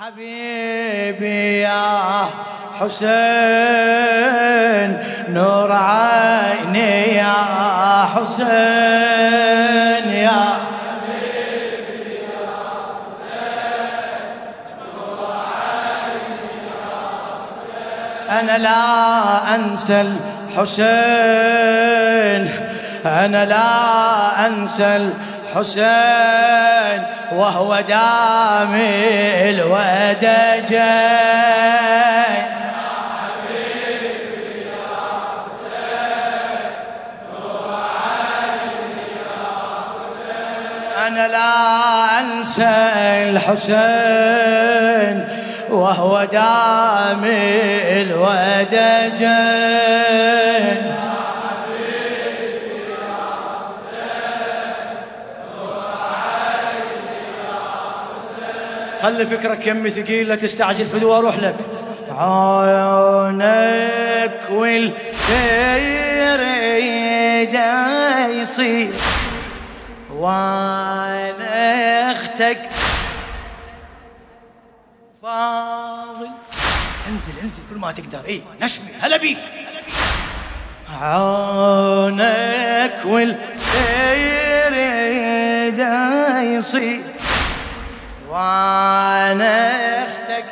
حبيبي يا حسين نور عيني يا حسين يا حبيبي يا حسين نور عيني يا حسين. أنا لا أنسى الحسين، أنا لا أنسى الحسين وهو دامي الودجين. يا حبيبي يا حسين نور عيني يا حسين. أنا لا أنسى الحسين وهو دامي الودجين. خلي فكرك يمي ثقيل لا تستعجل فدوى اروح لك. عيونك والخير يصير وانا اختك فاضل. انزل انزل كل ما تقدر. اي نشمي هلا بيك. عيونك والخير يصير وانا اختك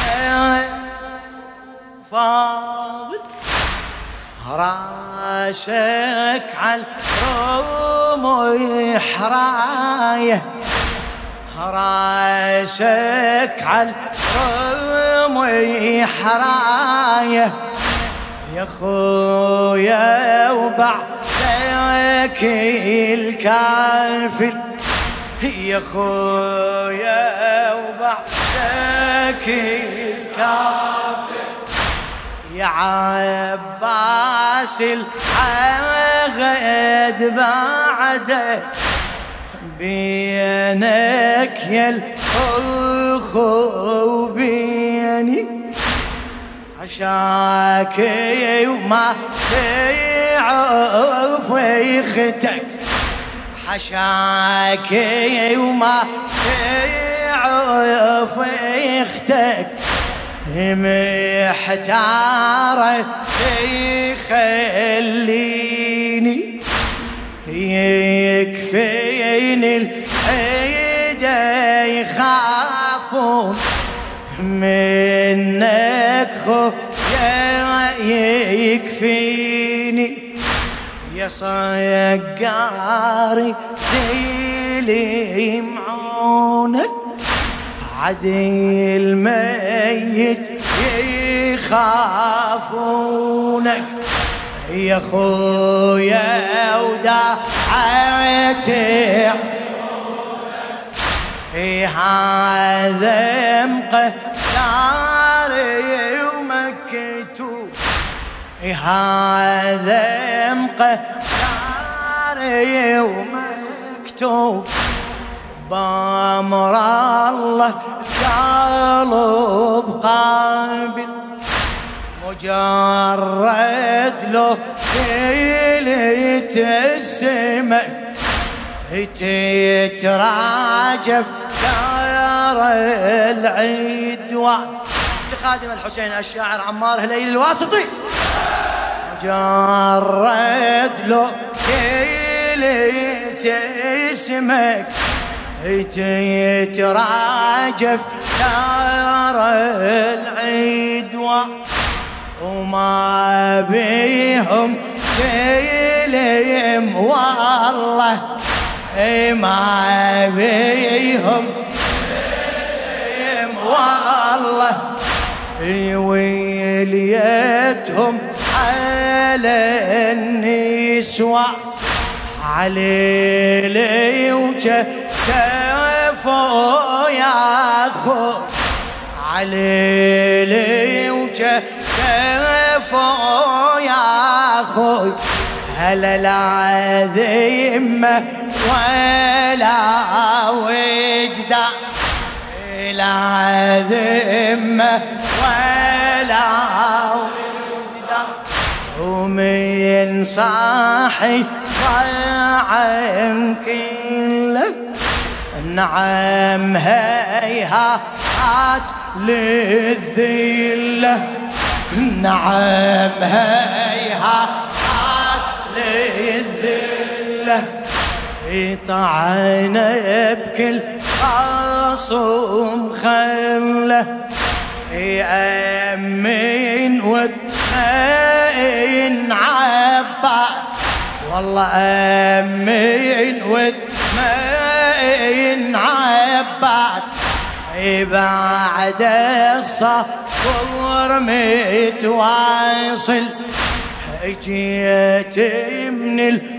فاضل. راسك على الرمح رايه، راسك على الرمح رايه يا خويا وبعدك الكافل يا خويا وبعدك الكافر. يا عباس العهد بعدك بينك يا الأخو بيني عشاك وما تعرف اختك حشاكي وما تعرف اختك محتارة يخليني يكفيني الحيدة يخافون منك خويا يكفيني يا صيقاري زيلي معونك عدي الميت يخافونك يا خويا وداعتي هذا مقداري ومكتوب هذا مقداري ومكتوب بأمر الله قلب قابل مجرد لو كلت السماء تتراجف دار العدوان. لخادم الحسين الشاعر عمار هليل الواسطي مجرد لو كلت اسمك تتراجف دار العدوان وما بيهم كلم والله ما بيهم كلم والله ويليتهم على النسوة علي وكيفو يا أخو علي وكيفو يا أخو هلا لا ذمة ولا وجدة لا ذمة ولا وجدة ومن صاحي ضاع كله نعم هيهات للذلة، نعم هيهات للذلة، طعنا بكل خصم خله، أمين وتمين عباس، والله أمين وتمين عباس، بعد الصبر متواصل، جيت من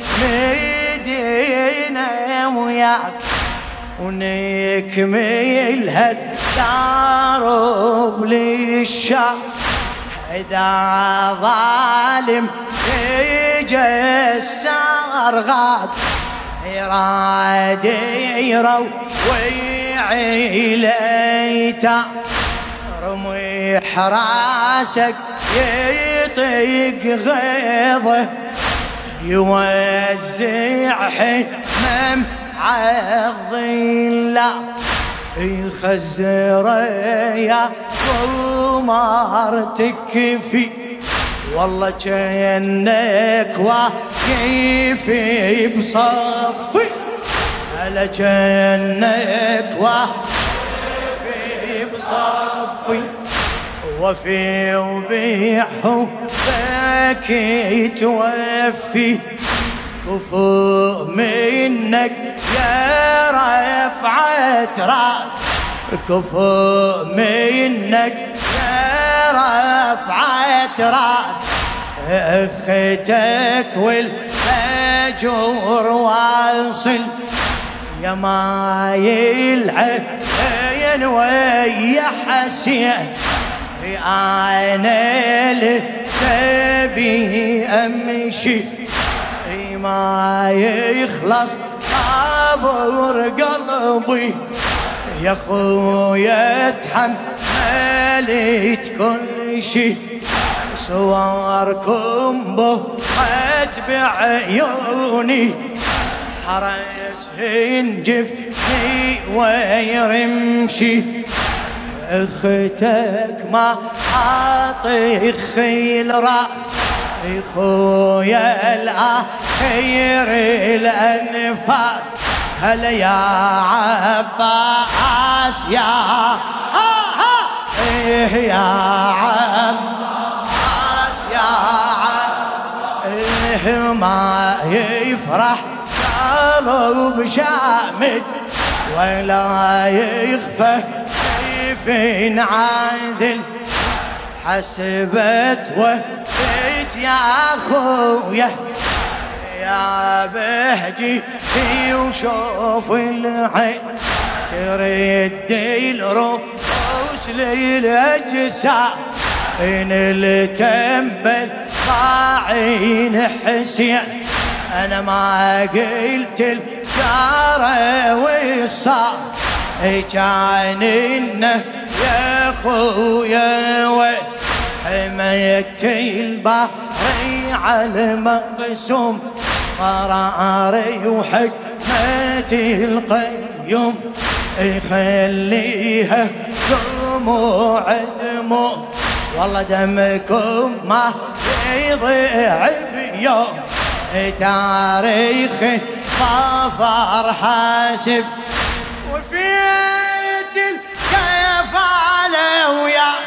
المدينة وياك ونكمل هالدرب للشام، إذا ظالم يجسر غاد يراد يروي ليتا، رمي حراسك يطيق غيظه، يوزع حمم عالظلة، يخزر يا قمر تكفي، والله جنك واقف بصفي، على جنك واقف بصفي، وفي وبيعه بك توفي، كفو منك يا رفعة راس، كفو منك يا رفعة راس، اختك والفجور واصل، يا ماي العين ويا حسين، أنا لسبي أمشي، ما يخلص صبر قلبي، يا خويا تحملت كل شي، صوركم بقت بعيوني، حرس جفني ويرمشي، اختك ما عاطخ الراس، خويا الاخير الانفاس، هلا يا عباس يا يا عباس يا ما يفرح قلب شامت، ولا يخفى كيف عادل، حسبت وفيت يا خويا يا بهجي وشوف العين، ترد الرؤوس للأجسام، إن التنبل ضاعين حسين، أنا ما قلت الجارة والصار، كان إنه يا خويا وحميت البحر على مقسوم، قراري وحكمتي القيوم، يخليها دموع دموع، والله دمكم ما يضيع بيوم، تاريخي ظفر حاسب، وفيت الكفالة وياي،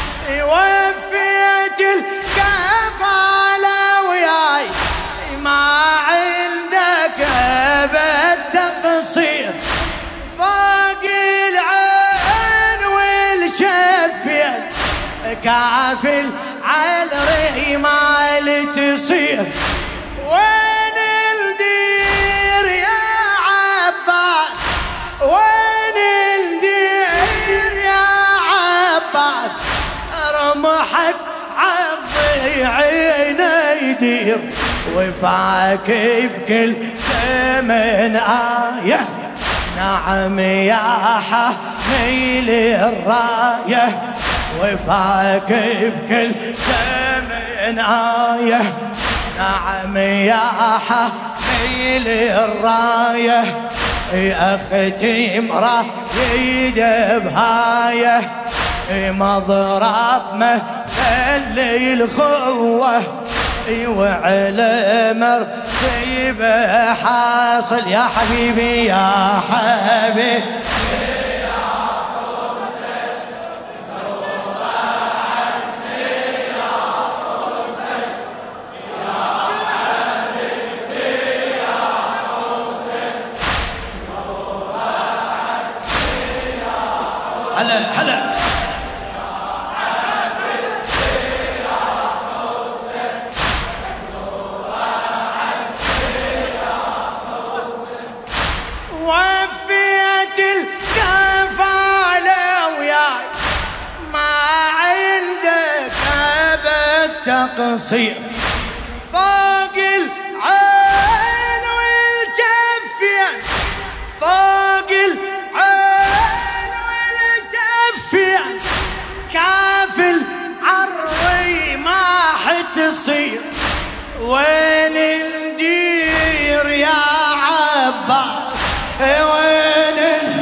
وفيت الكفالة وياي، ما عندك أبد تقصير، فوق العين والشفين، كافل على الرمال تصير، وين الدير يا عباس، وين الدير يا عباس، رمحك عالضيعين يدير، وفاك بكل ثمن آية، نعم يا حميل الراية، وفاك بكل ثمن آية، نعم يا حميل الراية، أختي مرايد بهايه مضرب مخلي الخوة وعلى مرتبة حاصل يا حبيبي يا حبيبي هلا هلا وفيت الكفالة وياي ما عندك أبد تقصير فوق العين والجفين فوق العين والجفين كافل عري ما حتصير وين ندير يا عباس وين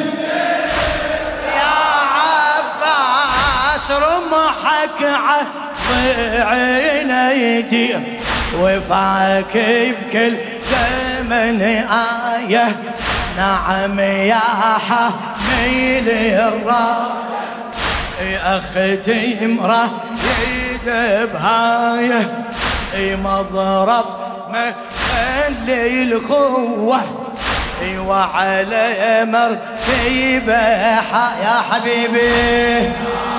يا عباس رمحك عضيعنا يدير وفاك بكل زمن آية نعم يا حميل الراية أختي مرايد بهايه مضرب مخلي الخوة وعلى مرتبة يا حبيبي